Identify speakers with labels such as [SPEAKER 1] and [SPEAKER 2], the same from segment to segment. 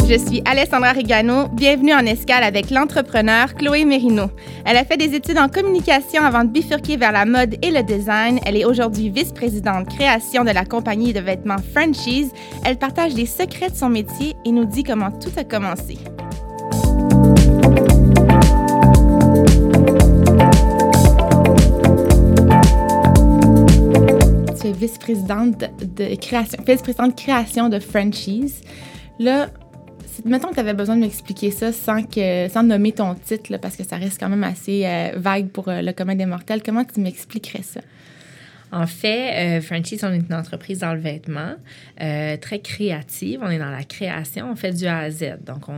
[SPEAKER 1] Je suis Alessandra Regano. Bienvenue en escale avec l'entrepreneur Chloé Mérino. Elle a fait des études en communication avant de bifurquer vers la mode et le design. Elle est aujourd'hui vice-présidente création de la compagnie de vêtements Frenchies. Elle partage les secrets de son métier et nous dit comment tout a commencé. Tu es vice-présidente de création de Frenchies. Là, mettons que tu avais besoin de m'expliquer ça sans nommer ton titre, là, parce que ça reste quand même assez vague pour le commun des mortels. Comment tu m'expliquerais ça?
[SPEAKER 2] En fait, Frenchies, on est une entreprise dans le vêtement, très créative. On est dans la création, on fait du A à Z. Donc,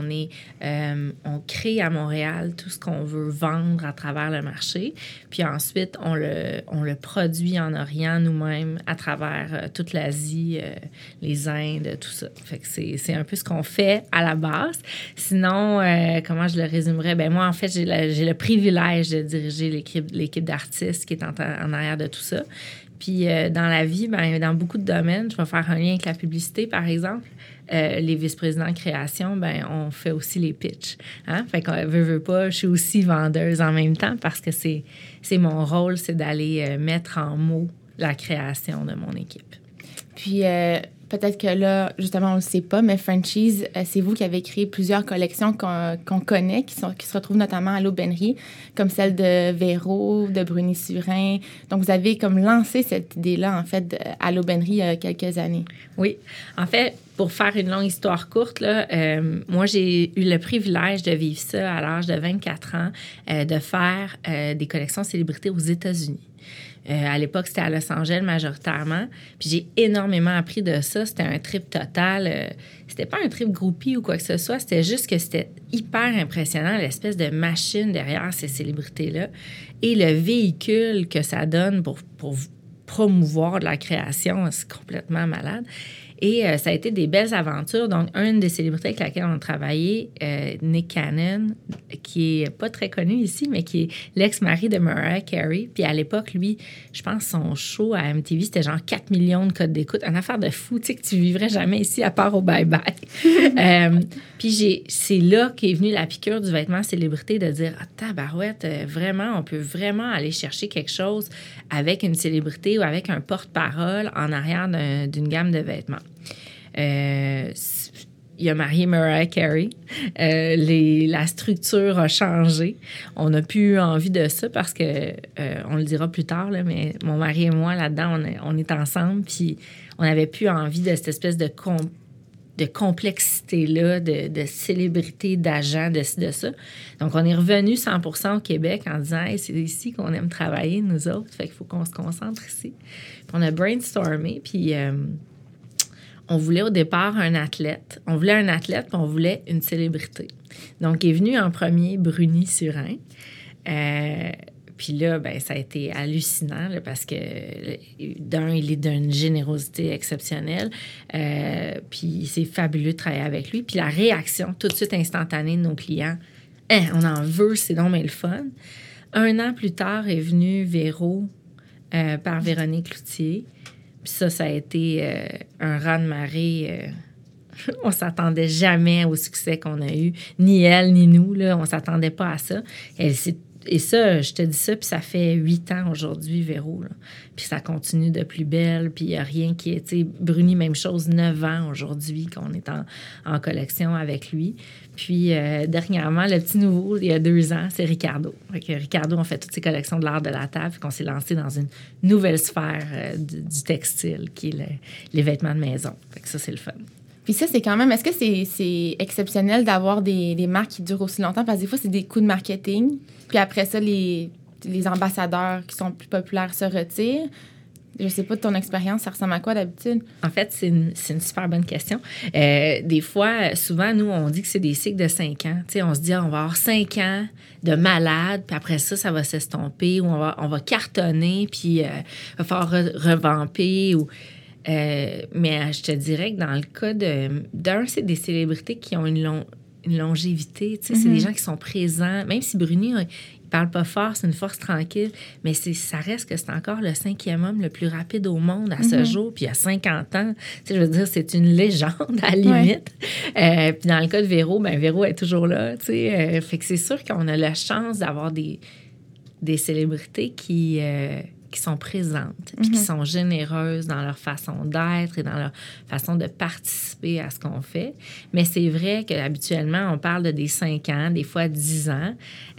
[SPEAKER 2] on crée à Montréal tout ce qu'on veut vendre à travers le marché. Puis ensuite, on le produit en Orient nous-mêmes à travers toute l'Asie, les Indes, tout ça. Fait que c'est un peu ce qu'on fait à la base. Sinon, comment je le résumerais? Ben moi, en fait, j'ai le privilège de diriger l'équipe d'artistes qui est en arrière de tout ça. Puis dans la vie, dans beaucoup de domaines, je vais faire un lien avec la publicité, par exemple. Les vice-présidents de création, on fait aussi les pitchs. Hein? Fait qu'on veut pas, je suis aussi vendeuse en même temps parce que c'est mon rôle, c'est d'aller mettre en mots la création de mon équipe.
[SPEAKER 1] Puis peut-être que là, justement, on ne le sait pas, mais Frenchies, c'est vous qui avez créé plusieurs collections qu'on connaît, qui se retrouvent notamment à l'Aubainerie, comme celle de Véro, de Bruni-Surin. Donc, vous avez comme lancé cette idée-là, en fait, à l'Aubainerie il y a quelques années.
[SPEAKER 2] Oui. En fait, pour faire une longue histoire courte, là, moi, j'ai eu le privilège de vivre ça à l'âge de 24 ans, de faire des collections célébrités aux États-Unis. À l'époque, c'était à Los Angeles majoritairement. Puis j'ai énormément appris de ça. C'était un trip total. C'était pas un trip groupie ou quoi que ce soit. C'était juste que c'était hyper impressionnant, l'espèce de machine derrière ces célébrités-là et le véhicule que ça donne pour promouvoir de la création. C'est complètement malade. Et ça a été des belles aventures. Donc, une des célébrités avec laquelle on a travaillé, Nick Cannon, qui est pas très connu ici, mais qui est l'ex-mari de Mariah Carey. Puis à l'époque, lui, je pense son show à MTV, c'était genre 4 millions de codes d'écoute. Une affaire de fou, tu sais, que tu vivrais jamais ici à part au bye-bye. Puis c'est là qu'est venue la piqûre du vêtement célébrité de dire « Ah, tabarouette, vraiment, on peut vraiment aller chercher quelque chose avec une célébrité ou avec un porte-parole en arrière d'une gamme de vêtements. » Il a marié Mariah Carey. La structure a changé. On n'a plus eu envie de ça parce que, on le dira plus tard, là, mais mon mari et moi, là-dedans, on est ensemble, puis on n'avait plus envie de cette espèce de complexité-là, de célébrité, d'agent, de ci, de ça. Donc, on est revenu 100% au Québec en disant hey, « c'est ici qu'on aime travailler, nous autres. Fait qu'il faut qu'on se concentre ici. » Puis on a brainstormé, puis on voulait au départ un athlète. On voulait un athlète, puis on voulait une célébrité. Donc, est venu en premier Bruni-Surin. Puis là, ça a été hallucinant là, parce que, il est d'une générosité exceptionnelle. Puis c'est fabuleux de travailler avec lui. Puis la réaction tout de suite instantanée de nos clients, on en veut, c'est donc mais le fun. 1 an plus tard est venu Véro par Véronique Cloutier. Puis ça a été un raz-de-marée. On s'attendait jamais au succès qu'on a eu. Ni elle, ni nous. Là, on s'attendait pas à ça. Et ça, je te dis ça, puis ça fait 8 ans aujourd'hui, Véro. Là. Puis ça continue de plus belle, puis il n'y a rien qui est... Tu sais, Bruni, même chose, 9 ans aujourd'hui qu'on est en collection avec lui. Puis dernièrement, le petit nouveau, il y a 2 ans, c'est Ricardo. Fait que Ricardo, on fait toutes ses collections de l'art de la table, puis qu'on s'est lancé dans une nouvelle sphère du textile, qui est les vêtements de maison. Fait que ça, c'est le fun.
[SPEAKER 1] Puis ça, c'est quand même... Est-ce que c'est exceptionnel d'avoir des marques qui durent aussi longtemps? Parce que des fois, c'est des coups de marketing. Puis après ça, les ambassadeurs qui sont plus populaires se retirent. Je sais pas, de ton expérience, ça ressemble à quoi d'habitude?
[SPEAKER 2] En fait, c'est une super bonne question. Des fois, souvent, nous, on dit que c'est des cycles de 5 ans. Tu sais, on se dit, on va avoir 5 ans de malade, puis après ça va s'estomper, ou on va cartonner, puis il va falloir revamper, ou... mais je te dirais que dans le cas d'un, c'est des célébrités qui ont une longévité. Tu sais, c'est des gens qui sont présents. Même si Bruni, parle pas fort, c'est une force tranquille, mais ça reste que c'est encore le 5e homme le plus rapide au monde à ce jour, puis il y a 50 ans. Tu sais, je veux dire, c'est une légende à la limite. Puis dans le cas de Véro, Véro est toujours là, tu sais. Fait que c'est sûr qu'on a la chance d'avoir des célébrités qui sont présentes, puis qui sont généreuses dans leur façon d'être et dans leur façon de participer à ce qu'on fait. Mais c'est vrai qu'habituellement, on parle de des 5 ans, des fois 10 ans.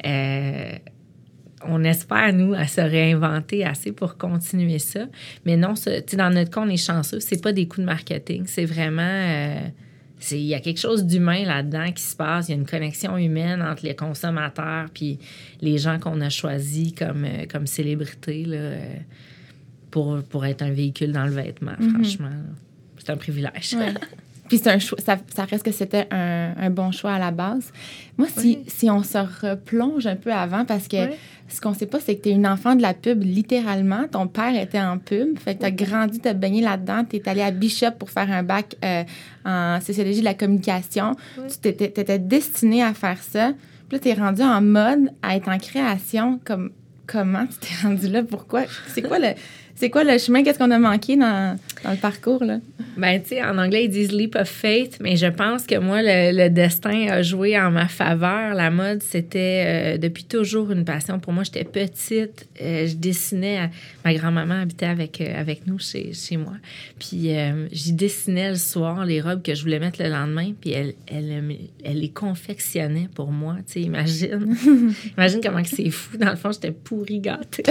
[SPEAKER 2] On espère, nous, à se réinventer assez pour continuer ça. Mais non, dans notre cas, on est chanceux. C'est pas des coups de marketing. C'est vraiment... il y a quelque chose d'humain là-dedans qui se passe. Il y a une connexion humaine entre les consommateurs puis les gens qu'on a choisis comme célébrités là, pour être un véhicule dans le vêtement, franchement. Là. C'est un privilège.
[SPEAKER 1] Ouais. Puis c'est un choix, ça reste que c'était un bon choix à la base. Moi, si on se replonge un peu avant, parce que ce qu'on sait pas, c'est que tu es une enfant de la pub, littéralement. Ton père était en pub, fait que tu as grandi, tu as baigné là-dedans. Tu es allée à Bishop pour faire un bac en sociologie de la communication. Tu étais destinée à faire ça. Puis là, tu es rendue en mode, à être en création. Comment tu t'es rendue là? Pourquoi? C'est quoi le chemin? Qu'est-ce qu'on a manqué dans le parcours, là?
[SPEAKER 2] Tu sais, en anglais, ils disent « leap of faith », mais je pense que moi, le destin a joué en ma faveur. La mode, c'était depuis toujours une passion. Pour moi, j'étais petite, je dessinais. Ma grand-maman habitait avec nous chez moi. Puis, j'y dessinais le soir les robes que je voulais mettre le lendemain, puis elle les confectionnait pour moi. Tu sais, imagine comment que c'est fou. Dans le fond, j'étais pourrie gâtée.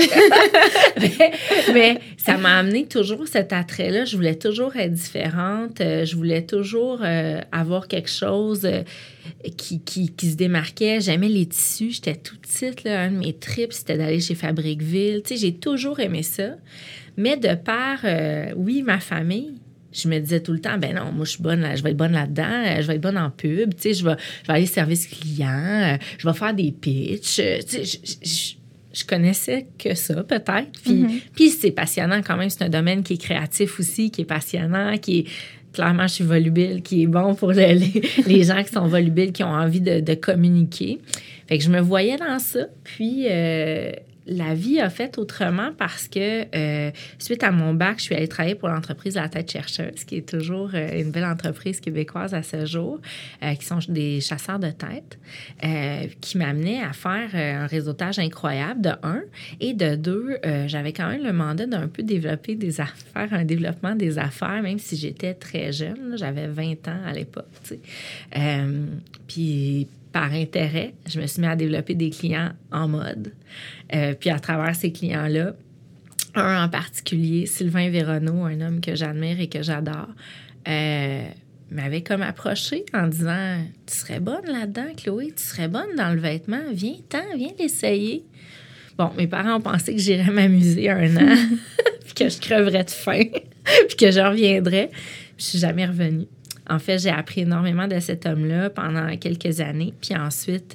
[SPEAKER 2] mais ça m'a amené toujours cet attrait-là. Je voulais toujours être différente. Je voulais toujours avoir quelque chose qui se démarquait. J'aimais les tissus. J'étais toute petite. Là. Un de mes trips, c'était d'aller chez Fabriqueville. Tu sais, j'ai toujours aimé ça. Mais de par, ma famille, je me disais tout le temps, non, moi, je suis bonne, je vais être bonne là-dedans, je vais être bonne en pub, tu sais, je vais aller service client, je vais faire des pitchs, tu sais, je connaissais que ça, peut-être. Puis c'est passionnant quand même. C'est un domaine qui est créatif aussi, qui est passionnant, qui est... Clairement, je suis volubile, qui est bon pour les gens qui sont volubiles, qui ont envie de communiquer. Fait que je me voyais dans ça. Puis... la vie a fait autrement parce que suite à mon bac, je suis allée travailler pour l'entreprise La Tête chercheuse, qui est toujours une belle entreprise québécoise à ce jour, qui sont des chasseurs de tête, qui m'amenaient à faire un réseautage incroyable, de un. Et de deux, j'avais quand même le mandat d'un peu développer des affaires, un développement des affaires, même si j'étais très jeune. Là, j'avais 20 ans à l'époque, tu sais. Puis... par intérêt, je me suis mis à développer des clients en mode. Puis à travers ces clients-là, un en particulier, Sylvain Véronneau, un homme que j'admire et que j'adore, m'avait comme approché en disant « Tu serais bonne là-dedans, Chloé, tu serais bonne dans le vêtement, viens l'essayer. » Bon, mes parents ont pensé que j'irais m'amuser 1 an, puis que je creverais de faim, puis que je reviendrais. Je suis jamais revenue. En fait, j'ai appris énormément de cet homme-là pendant quelques années. Puis ensuite,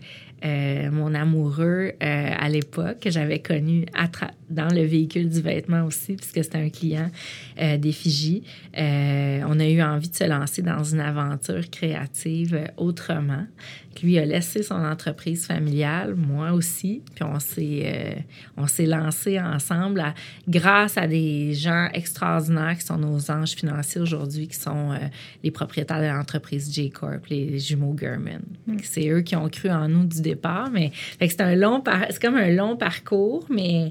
[SPEAKER 2] mon amoureux, à l'époque, que j'avais connu dans le véhicule du vêtement aussi, puisque c'était un client d'Effigie, on a eu envie de se lancer dans une aventure créative autrement. Lui a laissé son entreprise familiale, moi aussi, puis on s'est lancé ensemble grâce à des gens extraordinaires qui sont nos anges financiers aujourd'hui, qui sont les propriétaires de l'entreprise J-Corp, les jumeaux German. C'est eux qui ont cru en nous du départ, mais fait que c'est comme un long parcours, mais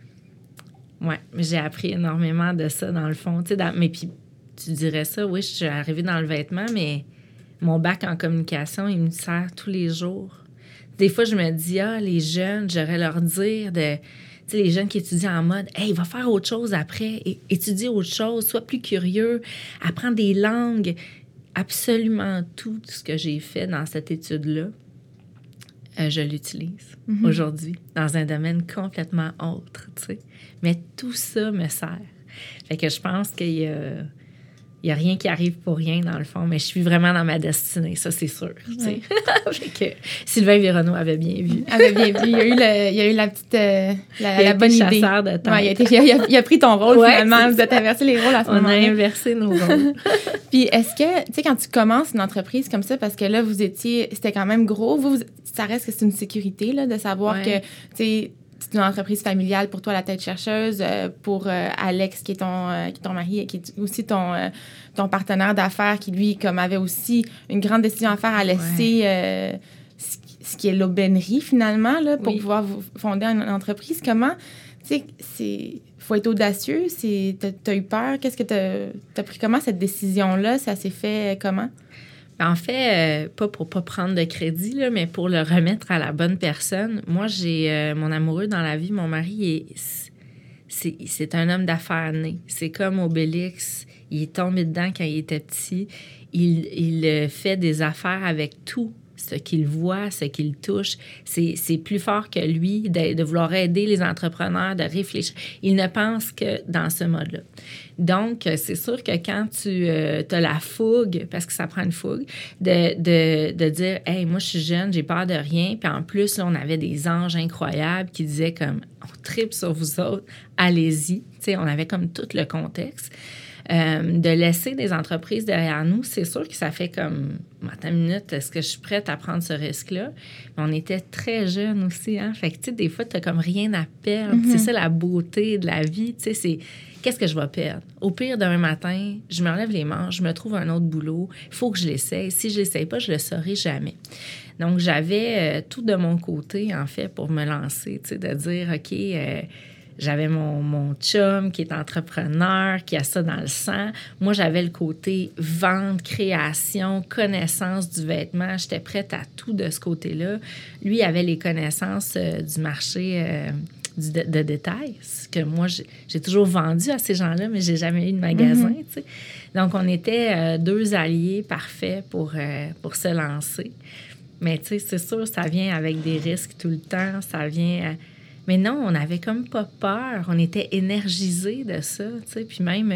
[SPEAKER 2] j'ai appris énormément de ça dans le fond. Mais puis tu dirais ça, oui, je suis arrivée dans le vêtement, mais mon bac en communication, il me sert tous les jours. Des fois, je me dis, les jeunes, j'aurais leur dire tu sais, les jeunes qui étudient en mode, hey, va faire autre chose après, étudie autre chose, sois plus curieux, apprends des langues. Absolument tout ce que j'ai fait dans cette étude-là, je l'utilise aujourd'hui dans un domaine complètement autre, tu sais. Mais tout ça me sert. Fait que je pense qu'il y a il n'y a rien qui arrive pour rien, dans le fond, mais je suis vraiment dans ma destinée, ça, c'est sûr. Ouais. Que Sylvain Véronneau avait bien vu.
[SPEAKER 1] Avait bien vu. Il y a eu la petite... la bonne idée.
[SPEAKER 2] Chasseur de tête.
[SPEAKER 1] Ouais, il a pris ton rôle, finalement. Vous êtes inversé les rôles à ce moment-là.
[SPEAKER 2] On a inversé nos rôles.
[SPEAKER 1] Puis est-ce que, tu sais, quand tu commences une entreprise comme ça, parce que là, c'était quand même gros, ça reste que c'est une sécurité, là, de savoir que, tu sais, c'est une entreprise familiale pour toi, la tête chercheuse, pour Alex, qui est ton mari, et qui est aussi ton partenaire d'affaires, qui, lui, comme avait aussi une grande décision à faire à laisser ce qui est l'aubainerie, finalement, là, pour pouvoir fonder une entreprise. Comment, tu sais, faut être audacieux, t'as eu peur, qu'est-ce que t'as pris comment cette décision-là, ça s'est fait comment?
[SPEAKER 2] En fait, pas pour pas prendre de crédit, là, mais pour le remettre à la bonne personne. Moi, j'ai mon amoureux dans la vie, mon mari, c'est un homme d'affaires né. C'est comme Obélix, il est tombé dedans quand il était petit. Il fait des affaires avec tout ce qu'il voit, ce qu'il touche. C'est plus fort que lui de vouloir aider les entrepreneurs, de réfléchir. Il ne pense que dans ce mode-là. Donc, c'est sûr que quand tu as la fougue, parce que ça prend une fougue, de dire « Hey, moi, je suis jeune, j'ai peur de rien. » Puis en plus, là, on avait des anges incroyables qui disaient comme « On tripe sur vous autres, allez-y. » Tu sais, on avait comme tout le contexte. De laisser des entreprises derrière nous, c'est sûr que ça fait comme, attends une minute, est-ce que je suis prête à prendre ce risque-là? Mais on était très jeunes aussi, hein? Fait que, tu sais, des fois, t'as comme rien à perdre. C'est ça la beauté de la vie, tu sais, c'est qu'est-ce que je vais perdre? Au pire, demain matin, je me relève les manches, je me trouve un autre boulot, il faut que je l'essaye. Si je l'essaye pas, je le saurai jamais. Donc, j'avais tout de mon côté, en fait, pour me lancer, tu sais, de dire, OK, j'avais mon chum qui est entrepreneur, qui a ça dans le sang. Moi, j'avais le côté vente, création, connaissance du vêtement. J'étais prête à tout de ce côté-là. Lui avait les connaissances du marché de détail, ce que moi, j'ai toujours vendu à ces gens-là, mais j'ai jamais eu de magasin, tu sais. Donc, on était deux alliés parfaits pour se lancer. Mais, tu sais, c'est sûr, ça vient avec des risques tout le temps. Ça vient... Mais non, on n'avait comme pas peur. On était énergisés de ça, tu sais. Puis même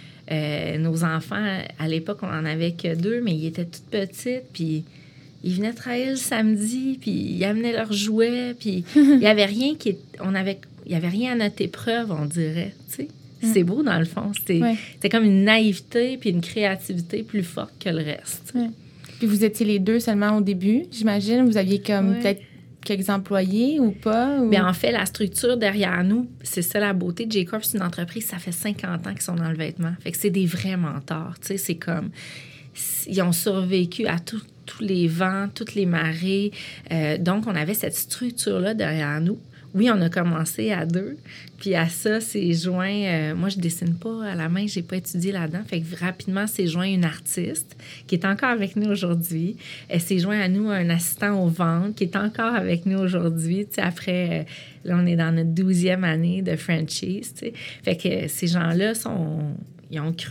[SPEAKER 2] nos enfants, à l'époque, on en avait que 2, mais ils étaient toutes petites. Puis ils venaient travailler le samedi, puis ils amenaient leurs jouets. Puis il n'y avait rien il y avait rien à notre épreuve, on dirait, tu sais. C'est beau, dans le fond. C'était comme une naïveté puis une créativité plus forte que le reste.
[SPEAKER 1] Puis vous étiez les deux seulement au début, j'imagine. Vous aviez comme peut-être quelques employés ou pas? Ou...
[SPEAKER 2] Bien, en fait, la structure derrière nous, c'est ça la beauté de J-Corp. C'est une entreprise, ça fait 50 ans qu'ils sont dans le vêtement. Fait que c'est des vrais mentors. Tu sais, c'est comme... Ils ont survécu à tous les vents, toutes les marées. Donc, on avait cette structure-là derrière nous. Oui, on a commencé à 2. Puis à ça, c'est joint... moi, je dessine pas à la main, j'ai pas étudié là-dedans. Fait que rapidement, c'est joint une artiste qui est encore avec nous aujourd'hui. C'est joint à nous un assistant aux ventes qui est encore avec nous aujourd'hui. Tu sais, après, là, on est dans notre 12e année de franchise. Tu sais. Fait que ces gens-là ils ont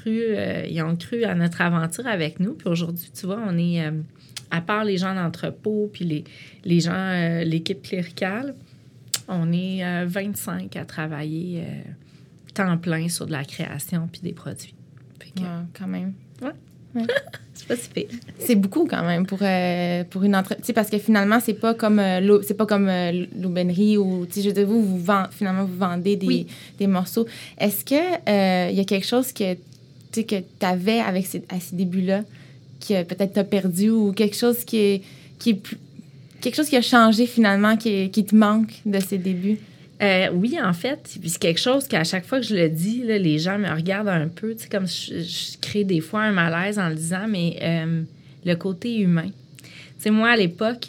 [SPEAKER 2] cru à notre aventure avec nous. Puis aujourd'hui, tu vois, on est... à part les gens d'entrepôt puis les gens, l'équipe cléricale, on est 25 à travailler temps plein sur de la création puis des produits.
[SPEAKER 1] Quand même.
[SPEAKER 2] Ouais. C'est pas si pire.
[SPEAKER 1] C'est beaucoup quand même pour une entreprise. Tu sais, parce que finalement, c'est pas comme l'aubainerie ou, tu sais, je veux dire, finalement, vous vendez des morceaux. Est-ce que y a quelque chose que tu avais à ces débuts-là que peut-être t'as perdu ou quelque chose qui est plus... Quelque chose qui a changé finalement, qui te manque de ces débuts?
[SPEAKER 2] Oui, en fait. Puis c'est quelque chose qu'à chaque fois que je le dis, là, les gens me regardent un peu, tu sais, comme je crée des fois un malaise en le disant, mais le côté humain. Tu sais, moi, à l'époque,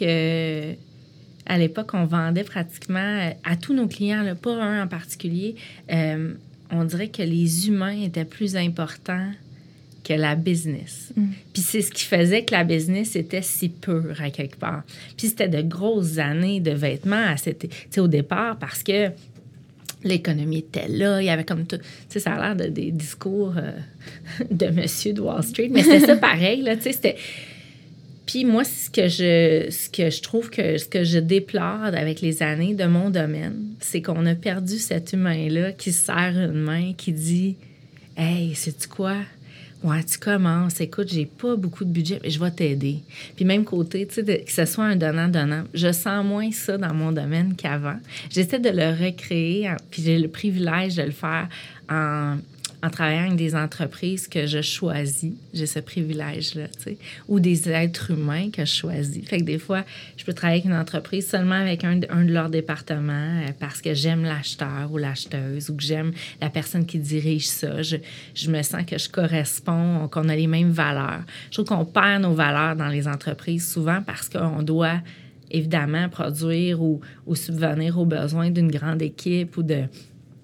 [SPEAKER 2] on vendait pratiquement à tous nos clients, là, pas un en particulier. On dirait que les humains étaient plus importants que la business. Puis c'est ce qui faisait que la business était si pure à quelque part. Puis c'était de grosses années de vêtements au départ parce que l'économie était là, il y avait comme tout... Tu sais, ça a l'air des discours de monsieur de Wall Street, mais c'était ça pareil, là, tu sais, c'était... Puis moi, ce que je trouve ce que je déplore avec les années de mon domaine, c'est qu'on a perdu cet humain-là qui serre une main, qui dit « Hey, sais-tu quoi? Ouais, tu commences. Écoute, j'ai pas beaucoup de budget, mais je vais t'aider. Puis même côté, tu sais, que ce soit un donnant-donnant, je sens moins ça dans mon domaine qu'avant. J'essaie de le recréer, puis j'ai le privilège de le faire en travaillant avec des entreprises que je choisis. J'ai ce privilège-là, tu sais, ou des êtres humains que je choisis. Fait que des fois, je peux travailler avec une entreprise seulement avec un de leurs départements parce que j'aime l'acheteur ou l'acheteuse ou que j'aime la personne qui dirige ça. Je me sens que je corresponds, qu'on a les mêmes valeurs. Je trouve qu'on perd nos valeurs dans les entreprises souvent parce qu'on doit évidemment produire ou subvenir aux besoins d'une grande équipe ou des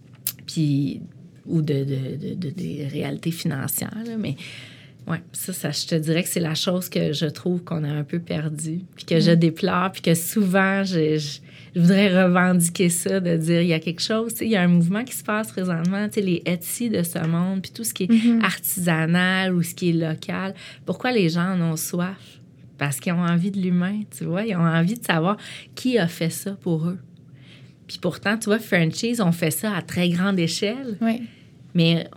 [SPEAKER 2] réalités financières. Là. Mais ouais, ça, je te dirais que c'est la chose que je trouve qu'on a un peu perdue, puis que je déplore, puis que souvent, je voudrais revendiquer ça, de dire, il y a quelque chose, il y a un mouvement qui se passe présentement, les Etsy de ce monde, puis tout ce qui est artisanal ou ce qui est local. Pourquoi les gens en ont soif? Parce qu'ils ont envie de l'humain, tu vois, ils ont envie de savoir qui a fait ça pour eux. Puis pourtant, tu vois, Frenchies, on fait ça à très grande échelle.
[SPEAKER 1] Oui.
[SPEAKER 2] Mais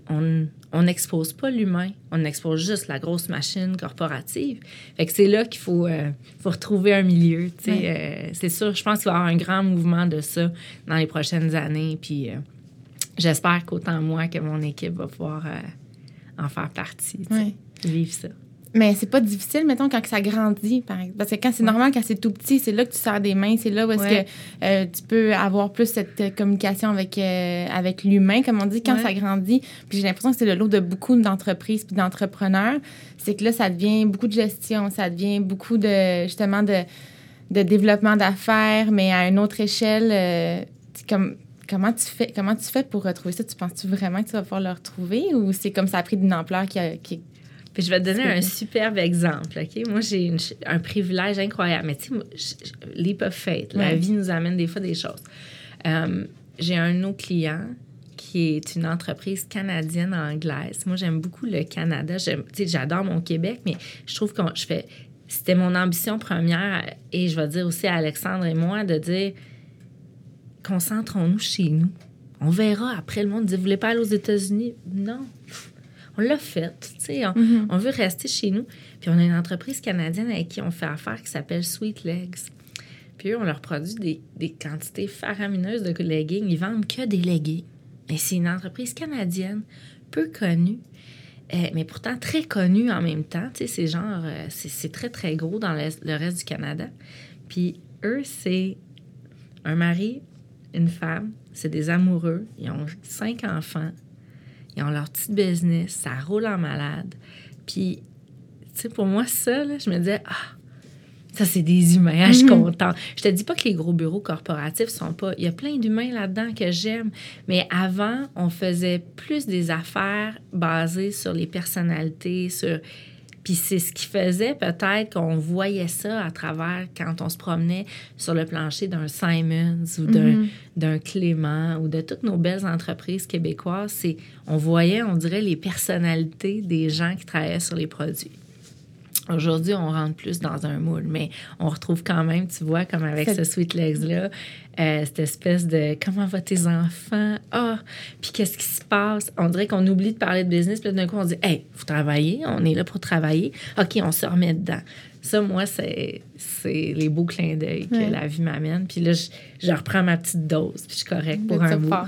[SPEAKER 2] on n'expose pas l'humain. On expose juste la grosse machine corporative. Fait que c'est là qu'il faut retrouver un milieu. C'est sûr, je pense qu'il va y avoir un grand mouvement de ça dans les prochaines années. Puis j'espère qu'autant moi que mon équipe va pouvoir en faire partie, vivre ça.
[SPEAKER 1] Mais c'est pas difficile, mettons, quand ça grandit, par exemple. Parce que quand c'est normal, quand c'est tout petit, c'est là que tu sers des mains, c'est là où est-ce que tu peux avoir plus cette communication avec l'humain, comme on dit, quand ça grandit. Puis j'ai l'impression que c'est le lot de beaucoup d'entreprises puis d'entrepreneurs. C'est que là, ça devient beaucoup de gestion, ça devient beaucoup justement de développement d'affaires, mais à une autre échelle. Comment tu fais pour retrouver ça? Tu penses-tu vraiment que tu vas pouvoir le retrouver ou c'est comme ça a pris d'une ampleur qui
[SPEAKER 2] Puis je vais te donner un superbe exemple, OK? Moi, j'ai un privilège incroyable. Mais tu sais, leap of faith, la vie nous amène des fois des choses. J'ai un de nos clients qui est une entreprise canadienne-anglaise. Moi, j'aime beaucoup le Canada. Tu sais, j'adore mon Québec, mais je trouve que c'était mon ambition première, et je vais dire aussi à Alexandre et moi, de dire, concentrons-nous chez nous. On verra après, le monde dit, vous voulez pas aller aux États-Unis? Non. On l'a fait, tu sais, on veut rester chez nous. Puis on a une entreprise canadienne avec qui on fait affaire qui s'appelle Sweet Legs. Puis eux, on leur produit des quantités faramineuses de leggings. Ils vendent que des leggings. Mais c'est une entreprise canadienne, peu connue, mais pourtant très connue en même temps. Tu sais, c'est très, très gros dans le reste du Canada. Puis eux, c'est un mari, une femme, c'est des amoureux. Ils ont 5 enfants. Ils ont leur petit business, ça roule en malade. Puis, tu sais, pour moi, ça, là, je me disais, ça, c'est des humains, je suis contente. Je te dis pas que les gros bureaux corporatifs sont pas... Il y a plein d'humains là-dedans que j'aime. Mais avant, on faisait plus des affaires basées sur les personnalités, Puis c'est ce qui faisait peut-être qu'on voyait ça à travers quand on se promenait sur le plancher d'un Simons ou d'un Clément ou de toutes nos belles entreprises québécoises. On voyait, on dirait, les personnalités des gens qui travaillaient sur les produits. Aujourd'hui, on rentre plus dans un moule, mais on retrouve quand même, tu vois, comme avec ce Sweet Legs-là, cette espèce de « comment vont tes enfants? Puis qu'est-ce qui se passe? » On dirait qu'on oublie de parler de business, puis d'un coup, on dit « Hey, vous travaillez, on est là pour travailler. OK, on se remet dedans. » Ça, moi, c'est les beaux clins d'œil que la vie m'amène. Puis là, je reprends ma petite dose, puis je suis correcte pour un bout.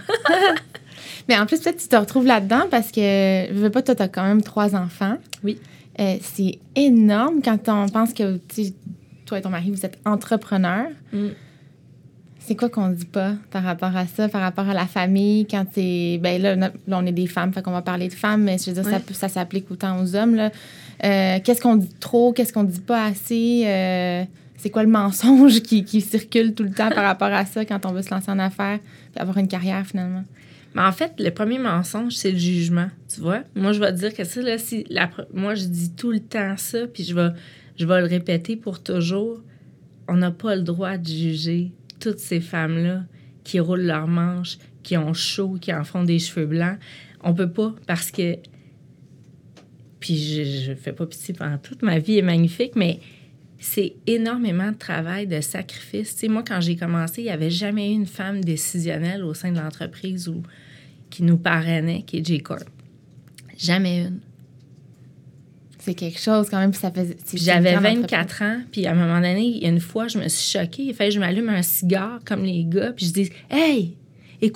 [SPEAKER 1] Mais en plus, peut-être tu te retrouves là-dedans parce que, je veux pas, toi, tu as quand même 3 enfants.
[SPEAKER 2] Oui.
[SPEAKER 1] C'est énorme quand on pense que toi et ton mari, vous êtes entrepreneurs. C'est quoi qu'on dit pas par rapport à ça, par rapport à la famille, quand t'es... Ben là, on est des femmes, fait qu'on va parler de femmes, mais je veux dire, ça s'applique autant aux hommes, là. Qu'est-ce qu'on dit trop, qu'est-ce qu'on dit pas assez? C'est quoi le mensonge qui circule tout le temps par rapport à ça quand on veut se lancer en affaires et avoir une carrière, finalement?
[SPEAKER 2] Mais en fait, le premier mensonge, c'est le jugement, tu vois. Moi, je vais te dire que ça, là, moi, je dis tout le temps ça, puis je vais le répéter pour toujours. On n'a pas le droit de juger toutes ces femmes-là qui roulent leurs manches, qui ont chaud, qui en font des cheveux blancs. On peut pas, parce que... Puis je fais pas pitié pendant toute ma vie est magnifique, mais c'est énormément de travail, de sacrifice. Tu sais, moi, quand j'ai commencé, il n'y avait jamais eu une femme décisionnelle au sein de l'entreprise qui nous parrainait, qui est J-Corp. Jamais une.
[SPEAKER 1] C'est quelque chose quand même, puis ça fait...
[SPEAKER 2] Puis j'avais 24 ans, puis à un moment donné, il y a une fois, je me suis choquée. Il fallait que je m'allume un cigare comme les gars, puis je dis « Hey, écoutez-moi! »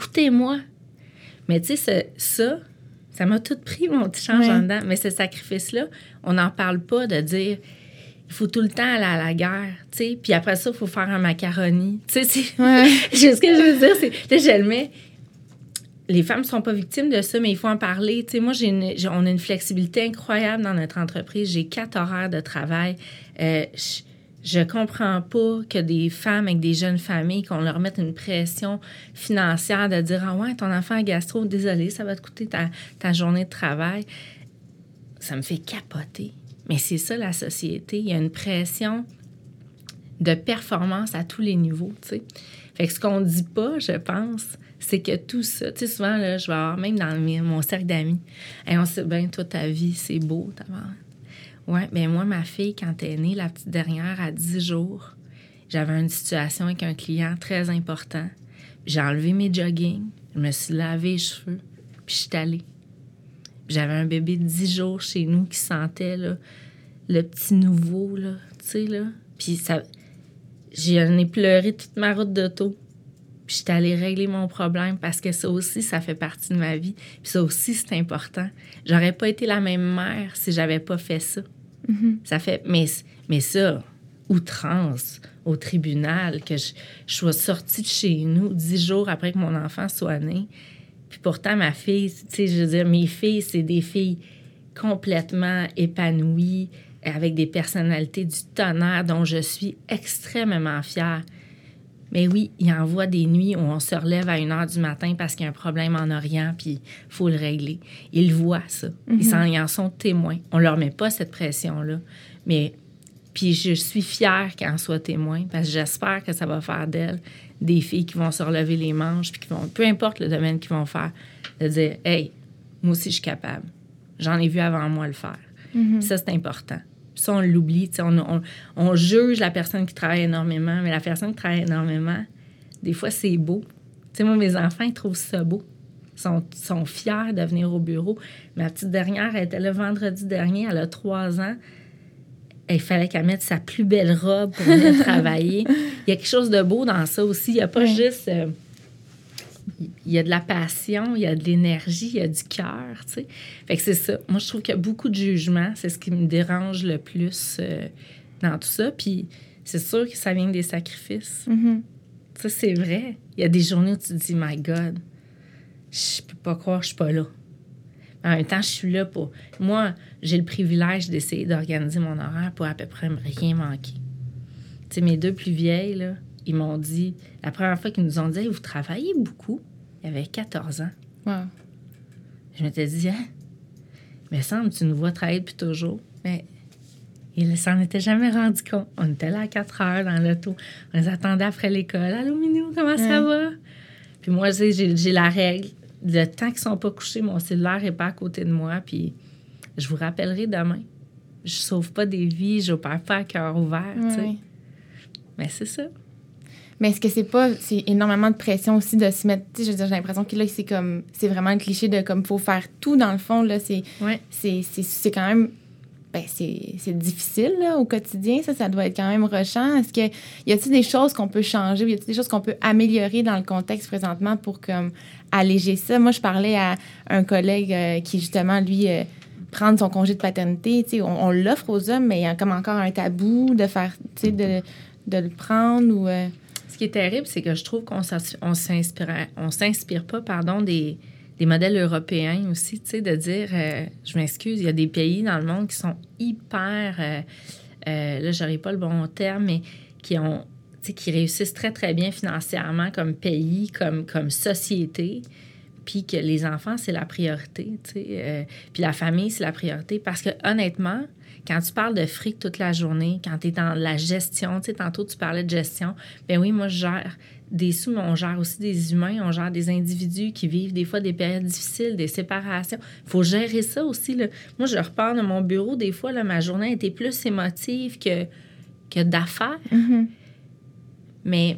[SPEAKER 2] Mais tu sais, ça m'a tout pris, mon petit change en dedans. Mais ce sacrifice-là, on n'en parle pas de dire il faut tout le temps aller à la guerre, tu sais. Puis après ça, il faut faire un macaroni. Tu sais, ce que je veux dire, c'est... Là, je le mets... Les femmes ne sont pas victimes de ça, mais il faut en parler. Tu sais, moi, on a une flexibilité incroyable dans notre entreprise. J'ai 4 horaires de travail. Je comprends pas que des femmes avec des jeunes familles, qu'on leur mette une pression financière de dire « Ah ouais, ton enfant a gastro, désolé, ça va te coûter ta journée de travail. » Ça me fait capoter. Mais c'est ça, la société. Il y a une pression de performance à tous les niveaux, tu sais. Fait que ce qu'on dit pas, je pense, c'est que tout ça... Tu sais, souvent, là, je vais avoir, même dans mon cercle d'amis, hey, on sait bien, toi, ta vie, c'est beau, ta mère. Oui, bien moi, ma fille, quand elle est née, la petite dernière, à 10 jours, j'avais une situation avec un client très important. J'ai enlevé mes joggings, je me suis lavé les cheveux, puis je suis allée. J'avais un bébé de 10 jours chez nous qui sentait là, le petit nouveau, là, tu sais, là. Puis j'en ai pleuré toute ma route d'auto. Puis j'étais allée régler mon problème parce que ça aussi, ça fait partie de ma vie. Puis ça aussi, c'est important. J'aurais pas été la même mère si j'avais pas fait ça. Mm-hmm. Ça fait... Mais ça, outrance au tribunal, que je sois sortie de chez nous 10 jours après que mon enfant soit né. Puis pourtant, ma fille, tu sais, je veux dire, mes filles, c'est des filles complètement épanouies, avec des personnalités du tonnerre dont je suis extrêmement fière. Mais oui, il envoie des nuits où on se relève à 1h du matin parce qu'il y a un problème en Orient, puis il faut le régler. Ils voient ça. Mm-hmm. Ils en sont témoins. On leur met pas cette pression-là. Mais puis je suis fière qu'elles en soient témoins parce que j'espère que ça va faire d'elles des filles qui vont se relever les manches puis qui vont, peu importe le domaine qu'ils vont faire, de dire « Hey, moi aussi, je suis capable. J'en ai vu avant moi le faire. Mm-hmm. » Ça, c'est important. Ça, on l'oublie. On juge la personne qui travaille énormément, mais la personne qui travaille énormément, des fois, c'est beau. Tu sais, moi, mes enfants, ils trouvent ça beau. Ils sont fiers de venir au bureau. Ma petite dernière, elle était là vendredi dernier, elle a 3 ans. Il fallait qu'elle mette sa plus belle robe pour venir travailler. Il y a quelque chose de beau dans ça aussi. Il n'y a pas juste... il y a de la passion, il y a de l'énergie, il y a du cœur, tu sais. Fait que c'est ça. Moi, je trouve qu'il y a beaucoup de jugement. C'est ce qui me dérange le plus dans tout ça. Puis c'est sûr que ça vient des sacrifices. Mm-hmm. Ça, c'est vrai. Il y a des journées où tu te dis « My God, je peux pas croire que je suis pas là. » En même temps, je suis là pour... Moi, j'ai le privilège d'essayer d'organiser mon horaire pour à peu près rien manquer. Tu sais, mes 2 plus vieilles, là, ils m'ont dit... La première fois qu'ils nous ont dit hey, « Vous travaillez beaucoup. » Il y avait 14 ans. Wow. Je m'étais dit « Hein? Il me semble que tu nous vois travailler depuis toujours. » Mais ils ne s'en étaient jamais rendus compte. On était là à 4 heures dans l'auto. On les attendait après l'école. « Allô, Minou, comment ça va? » Puis moi, j'ai la règle. Le temps qu'ils ne sont pas couchés, mon cellulaire n'est pas à côté de moi. Puis je vous rappellerai demain. Je ne sauve pas des vies. Je n'opère pas à cœur ouvert. Tu sais. Mais c'est ça.
[SPEAKER 1] Mais est-ce que c'est énormément de pression aussi de se mettre, tu sais, je veux dire, j'ai l'impression que là, c'est vraiment un cliché de comme, faut faire tout dans le fond, là, c'est quand même, c'est difficile, là, au quotidien, ça doit être quand même rushant. Est-ce que, y a-t-il des choses qu'on peut changer, ou y a-t-il des choses qu'on peut améliorer dans le contexte présentement pour, comme, alléger ça? Moi, je parlais à un collègue qui, justement, lui, prendre son congé de paternité, tu sais, on l'offre aux hommes, mais il y a comme encore un tabou de faire, tu sais, de le prendre ou...
[SPEAKER 2] Ce qui est terrible, c'est que je trouve qu'on s'inspire pas, des modèles européens aussi, tu sais, de dire, je m'excuse, il y a des pays dans le monde qui sont hyper, là, j'aurais pas le bon terme, mais qui ont, tu sais, qui réussissent très, très bien financièrement comme pays, comme société, puis que les enfants, c'est la priorité, tu sais, puis la famille, c'est la priorité, parce que honnêtement, quand tu parles de fric toute la journée, quand tu es dans la gestion, tu sais, tantôt tu parlais de gestion, bien oui, moi je gère des sous, mais on gère aussi des humains, on gère des individus qui vivent des fois des périodes difficiles, des séparations. Il faut gérer ça aussi, là. Moi, je repars de mon bureau, des fois, là, ma journée était plus émotive que d'affaires. Mm-hmm. Mais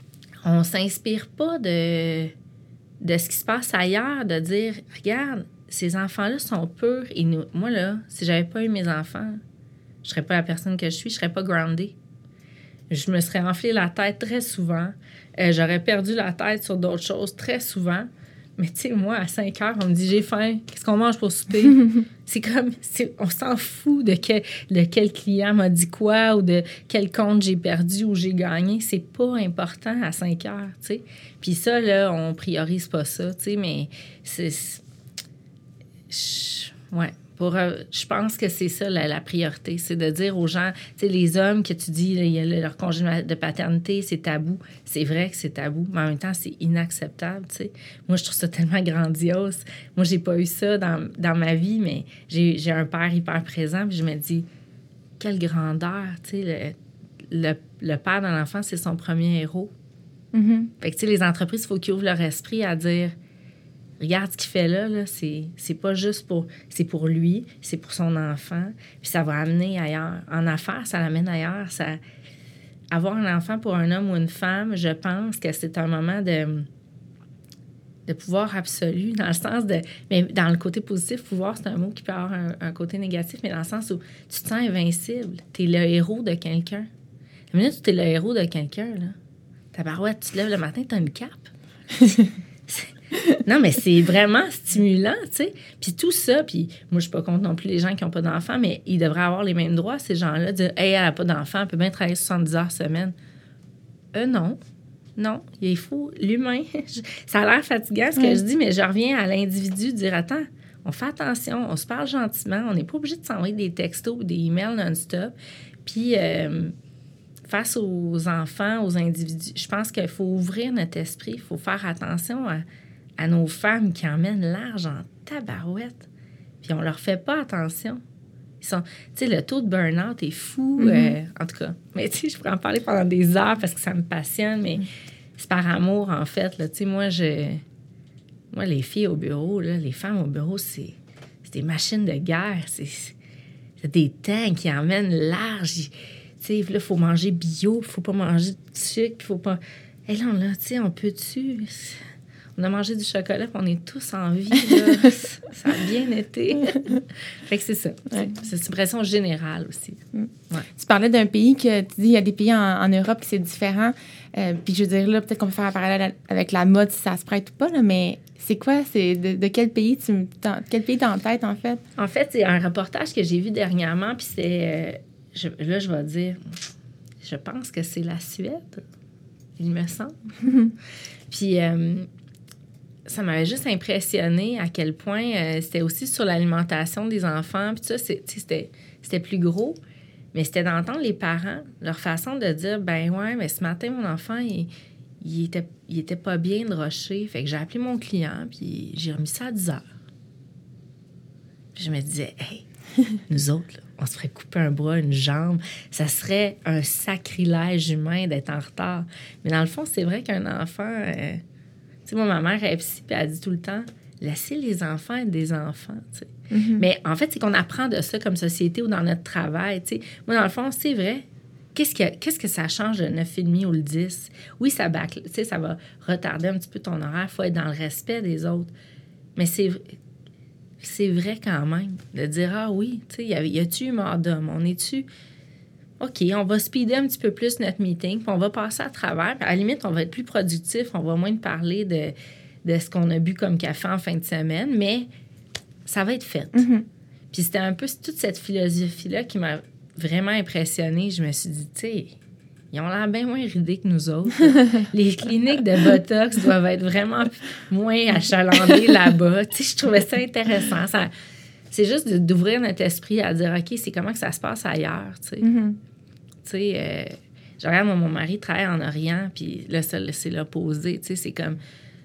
[SPEAKER 2] on s'inspire pas de ce qui se passe ailleurs, de dire, regarde, ces enfants-là sont purs. Et moi, là, si j'avais pas eu mes enfants, je serais pas la personne que je suis, je serais pas groundée. Je me serais enflé la tête très souvent. J'aurais perdu la tête sur d'autres choses très souvent. Mais tu sais, moi, à 5 heures, on me dit « J'ai faim. Qu'est-ce qu'on mange pour souper? » C'est comme... on s'en fout de quel client m'a dit quoi ou de quel compte j'ai perdu ou j'ai gagné. C'est pas important à 5 heures, tu sais. Puis ça, là, on priorise pas ça, tu sais, mais c'est... Ouais. Je pense que c'est ça la priorité, c'est de dire aux gens, tu sais, les hommes que tu dis, là, leur congé de paternité, c'est tabou. C'est vrai que c'est tabou, mais en même temps, c'est inacceptable, tu sais. Moi, je trouve ça tellement grandiose. Moi, j'ai pas eu ça dans ma vie, mais j'ai un père hyper présent, puis je me dis, quelle grandeur, tu sais, le père d'un enfant, c'est son premier héros.
[SPEAKER 1] Mm-hmm.
[SPEAKER 2] Fait que, tu sais, les entreprises, il faut qu'ils ouvrent leur esprit à dire... Regarde ce qu'il fait là, c'est pas juste pour... C'est pour lui, c'est pour son enfant, puis ça va amener ailleurs. En affaires, ça l'amène ailleurs. Avoir un enfant pour un homme ou une femme, je pense que c'est un moment de pouvoir absolu, dans le sens de... Mais dans le côté positif, pouvoir, c'est un mot qui peut avoir un côté négatif, mais dans le sens où tu te sens invincible. Tu es le héros de quelqu'un. La minute où tu es le héros de quelqu'un, là, tabarouette, tu te lèves le matin, tu as une cape. Non, mais c'est vraiment stimulant, tu sais. Puis tout ça, puis moi, je suis pas contre non plus les gens qui n'ont pas d'enfants, mais ils devraient avoir les mêmes droits, ces gens-là, de dire « Hey, elle n'a pas d'enfant, elle peut bien travailler 70 heures semaine. » Non. Non, il faut l'humain. Ça a l'air fatigant, ce que je dis, mais je reviens à l'individu, dire « Attends, on fait attention, on se parle gentiment, on n'est pas obligé de s'envoyer des textos ou des emails non-stop. » Puis... face aux enfants, aux individus, je pense qu'il faut ouvrir notre esprit, il faut faire attention à nos femmes qui emmènent large en tabarouette. Puis on leur fait pas attention. Tu sais, le taux de burn-out est fou, en tout cas. Mais tu sais, je pourrais en parler pendant des heures parce que ça me passionne, mais c'est par amour, en fait. Tu sais, moi, les filles au bureau, là, les femmes au bureau, c'est des machines de guerre. C'est des tanks qui emmènent large. Tu sais, là, il faut manger bio, il faut pas manger de sucre, il faut pas... Et là, tu sais, on peut-tu... On a mangé du chocolat, puis on est tous en vie, là. Ça a bien été. Fait que c'est ça. Ouais. C'est une impression générale aussi.
[SPEAKER 1] Ouais. Tu parlais d'un pays que... Tu dis, il y a des pays en Europe qui c'est différent. Puis je veux dire, là, peut-être qu'on peut faire un parallèle avec la mode, si ça se prête ou pas, là, mais... C'est quoi? C'est de quel pays quel pays t'as en tête, en fait?
[SPEAKER 2] En fait, c'est un reportage que j'ai vu dernièrement, puis c'est... là, je vais dire, je pense que c'est la Suède, il me semble. Puis, ça m'avait juste impressionné à quel point c'était aussi sur l'alimentation des enfants. Puis ça, c'était plus gros, mais c'était d'entendre les parents, leur façon de dire, ben ouais, mais ce matin, mon enfant, il était pas bien de rusher. Fait que j'ai appelé mon client, puis j'ai remis ça à 10 heures. Puis je me disais, hey, nous autres, là, on se ferait couper un bras, une jambe. Ça serait un sacrilège humain d'être en retard. Mais dans le fond, c'est vrai qu'un enfant... tu sais, moi, ma mère est psy, puis elle dit tout le temps, laissez les enfants être des enfants, tu sais. Mm-hmm. Mais en fait, c'est qu'on apprend de ça comme société ou dans notre travail, tu sais. Moi, dans le fond, c'est vrai. Qu'est-ce que ça change le 9,5 ou le 10? Oui, ça va retarder un petit peu ton horaire. Il faut être dans le respect des autres. Mais c'est vrai quand même de dire, ah oui, tu sais, y a-tu eu mort d'homme? On est-tu... OK, on va speeder un petit peu plus notre meeting, puis on va passer à travers. Puis à la limite, on va être plus productif, on va moins parler de ce qu'on a bu comme café en fin de semaine, mais ça va être fait. Mm-hmm. Puis c'était un peu toute cette philosophie-là qui m'a vraiment impressionnée. Je me suis dit, tu sais, ils ont l'air bien moins ridés que nous autres. Les cliniques de Botox doivent être vraiment moins achalandées là-bas. Tu sais, je trouvais ça intéressant. C'est juste d'ouvrir notre esprit à dire, OK, c'est comment que ça se passe ailleurs, tu sais. Mm-hmm. Tu sais, je regarde, mon mari travaille en Orient, puis là, c'est l'opposé, tu sais, c'est comme...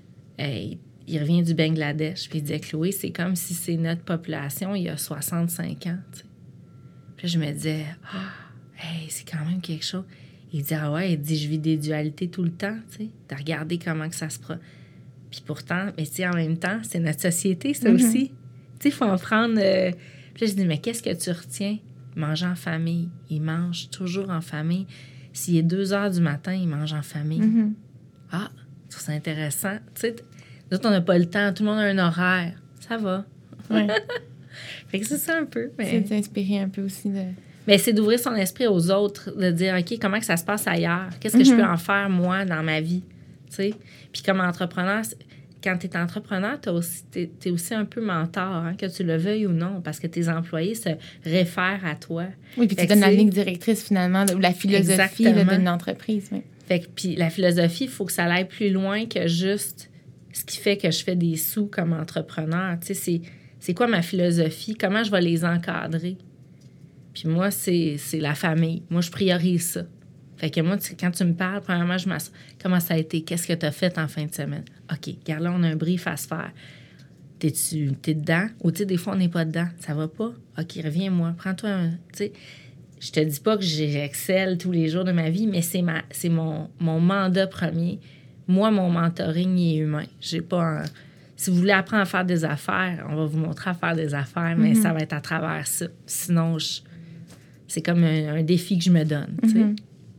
[SPEAKER 2] il revient du Bangladesh, puis il disait, Chloé, c'est comme si c'est notre population il y a 65 ans, tu sais. Puis je me disais, c'est quand même quelque chose. Il dit, il dit, je vis des dualités tout le temps, tu sais, de regarder comment que ça se... Puis pourtant, mais tu sais, en même temps, c'est notre société, ça aussi. Tu sais, il faut en prendre... Puis là, je dis, mais qu'est-ce que tu retiens? Manger en famille. Il mange toujours en famille. S'il est 2 heures du matin, il mange en famille. Mm-hmm. Ah, je trouve ça intéressant. Tu sais, nous autres, on n'a pas le temps. Tout le monde a un horaire. Ça va.
[SPEAKER 1] Ouais.
[SPEAKER 2] Fait que c'est ça un peu. Mais...
[SPEAKER 1] C'est d'inspirer un peu aussi de...
[SPEAKER 2] Mais c'est d'ouvrir son esprit aux autres, de dire, OK, comment que ça se passe ailleurs? Qu'est-ce que je peux en faire, moi, dans ma vie? Tu sais? Puis comme entrepreneur, quand tu es entrepreneur, t'es aussi un peu mentor, hein, que tu le veuilles ou non, parce que tes employés se réfèrent à toi.
[SPEAKER 1] Oui, puis tu donnes la ligne directrice, finalement, ou la philosophie d'une entreprise. Oui.
[SPEAKER 2] Fait que, puis la philosophie, il faut que ça aille plus loin que juste ce qui fait que je fais des sous comme entrepreneur. Tu sais, c'est quoi ma philosophie? Comment je vais les encadrer? Puis moi, c'est la famille. Moi, je priorise ça. Fait que moi, quand tu me parles, premièrement, je m'assure. Comment ça a été? Qu'est-ce que tu as fait en fin de semaine? OK, regarde là, on a un brief à se faire. T'es dedans? Ou tu sais, des fois, on n'est pas dedans. Ça va pas? OK, reviens-moi. Prends-toi un... Tu sais, je te dis pas que j'excelle tous les jours de ma vie, mais c'est mon mandat premier. Moi, mon mentoring, il est humain. J'ai pas... Si vous voulez apprendre à faire des affaires, on va vous montrer à faire des affaires, mais ça va être à travers ça. Sinon, c'est comme un défi que je me donne, tu sais.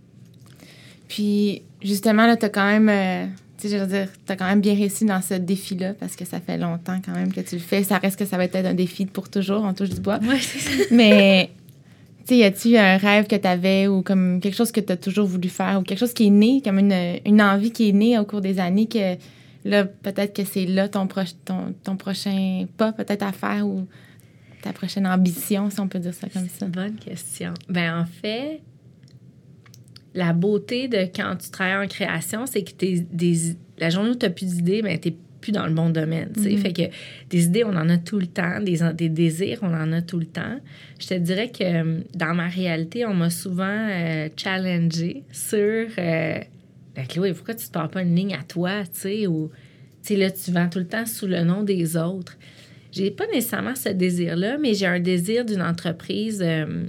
[SPEAKER 1] Puis, justement, là, t'as quand même... tu sais, je veux dire, t'as quand même bien réussi dans ce défi-là, parce que ça fait longtemps quand même que tu le fais. Ça reste que ça va être un défi pour toujours, on touche du bois.
[SPEAKER 2] Oui, c'est ça.
[SPEAKER 1] Mais, tu sais, y a-tu un rêve que t'avais ou comme quelque chose que t'as toujours voulu faire ou quelque chose qui est né, comme une envie qui est née au cours des années que, là, peut-être que c'est là ton prochain pas peut-être à faire ou ta prochaine ambition, si on peut dire ça comme ça?
[SPEAKER 2] Bonne question. Ben en fait... La beauté de quand tu travailles en création, c'est que la journée où tu n'as plus d'idées, ben, tu n'es plus dans le bon domaine. Fait que des idées, on en a tout le temps. Des désirs, on en a tout le temps. Je te dirais que dans ma réalité, on m'a souvent challengée sur ben, Chloé, pourquoi tu ne te pars pas une ligne à toi? Ou là, tu vends tout le temps sous le nom des autres. J'ai pas nécessairement ce désir-là, mais j'ai un désir d'une entreprise...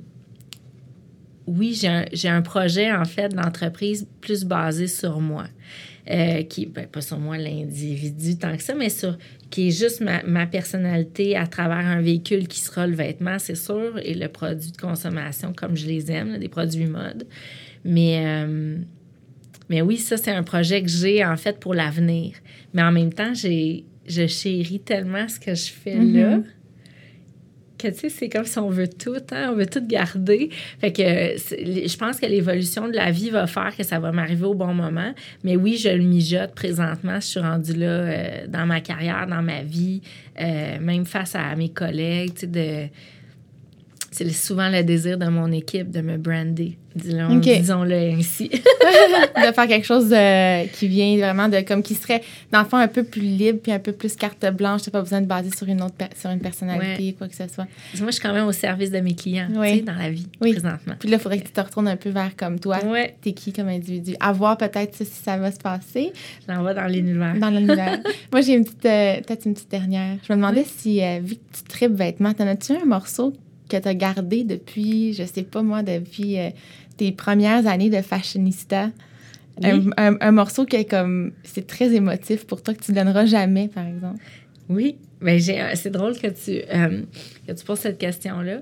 [SPEAKER 2] Oui, j'ai un projet, en fait, d'entreprise plus basé sur moi. Qui ben, pas sur moi, l'individu, tant que ça, mais qui est juste ma personnalité à travers un véhicule qui sera le vêtement, c'est sûr, et le produit de consommation comme je les aime, là, des produits mode. Mais oui, ça, c'est un projet que j'ai, en fait, pour l'avenir. Mais en même temps, je chéris tellement ce que je fais là. Que, tu sais, c'est comme si on veut tout, hein? On veut tout garder. Fait que je pense que l'évolution de la vie va faire que ça va m'arriver au bon moment. Mais oui, je le mijote présentement. Je suis rendue là dans ma carrière, dans ma vie, même face à mes collègues, tu sais, c'est souvent le désir de mon équipe de me brander. Disons-le ainsi.
[SPEAKER 1] De faire quelque chose qui vient vraiment de... comme qui serait, dans le fond, un peu plus libre puis un peu plus carte blanche. Tu n'as pas besoin de baser sur sur une personnalité, quoi que ce soit.
[SPEAKER 2] Moi, je suis quand même au service de mes clients, tu sais, dans la vie, présentement.
[SPEAKER 1] Puis là, il faudrait que tu te retournes un peu vers comme toi. T'es qui comme individu? À voir peut-être si ça va se passer.
[SPEAKER 2] Je l'envoie dans l'univers.
[SPEAKER 1] Dans l'univers. Moi, j'ai peut-être une petite dernière. Je me demandais si, vu que tu tripes vêtements, t'en as-tu un morceau que tu as gardé depuis, je sais pas moi, depuis tes premières années de fashionista? Oui. Un morceau qui est comme... C'est très émotif pour toi, que tu ne donneras jamais, par exemple.
[SPEAKER 2] Oui. Bien, c'est drôle que tu poses cette question-là.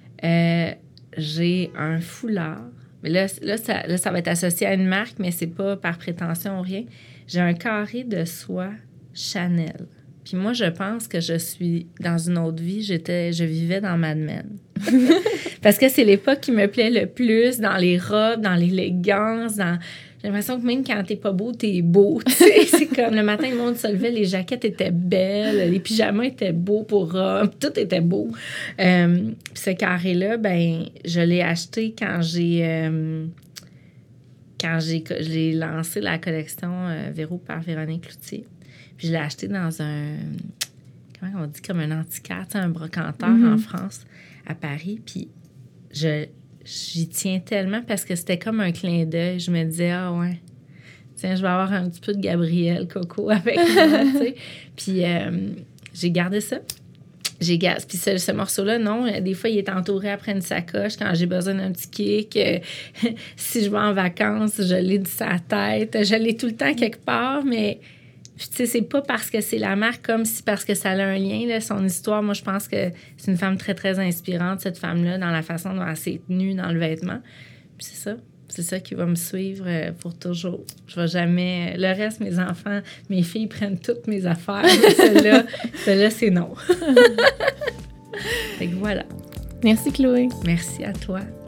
[SPEAKER 2] J'ai un foulard. Mais là, ça va être associé à une marque, mais c'est pas par prétention ou rien. J'ai un carré de soie Chanel. Puis moi, je pense que je suis dans une autre vie. Je vivais dans Mad Men. Parce que c'est l'époque qui me plaît le plus, dans les robes, dans l'élégance, J'ai l'impression que même quand t'es pas beau, t'es beau. C'est comme le matin, le monde se levait, les jaquettes étaient belles, les pyjamas étaient beaux pour robes, tout était beau. Puis ce carré-là, ben, je l'ai acheté quand j'ai lancé la collection Véro par Véronique Cloutier. Puis je l'ai acheté dans comment on dit, comme un antiquaire, un brocanteur en France, à Paris. Puis j'y tiens tellement parce que c'était comme un clin d'œil. Je me disais, ah ouais, tiens, je vais avoir un petit peu de Gabrielle Coco avec moi, tu sais. Puis j'ai gardé ça. Puis ce morceau-là, non, des fois, il est entouré après une sacoche quand j'ai besoin d'un petit kick. Si je vais en vacances, je l'ai sur sa tête. Je l'ai tout le temps quelque part, mais... Puis, tu sais, c'est pas parce que c'est la marque comme si parce que ça a un lien, là, son histoire. Moi, je pense que c'est une femme très, très inspirante, cette femme-là, dans la façon dont elle s'est tenue dans le vêtement. Puis c'est ça. C'est ça qui va me suivre pour toujours. Je vais jamais... Le reste, mes enfants, mes filles prennent toutes mes affaires. Celle-là, c'est non. Fait que voilà.
[SPEAKER 1] Merci, Chloé.
[SPEAKER 2] Merci à toi.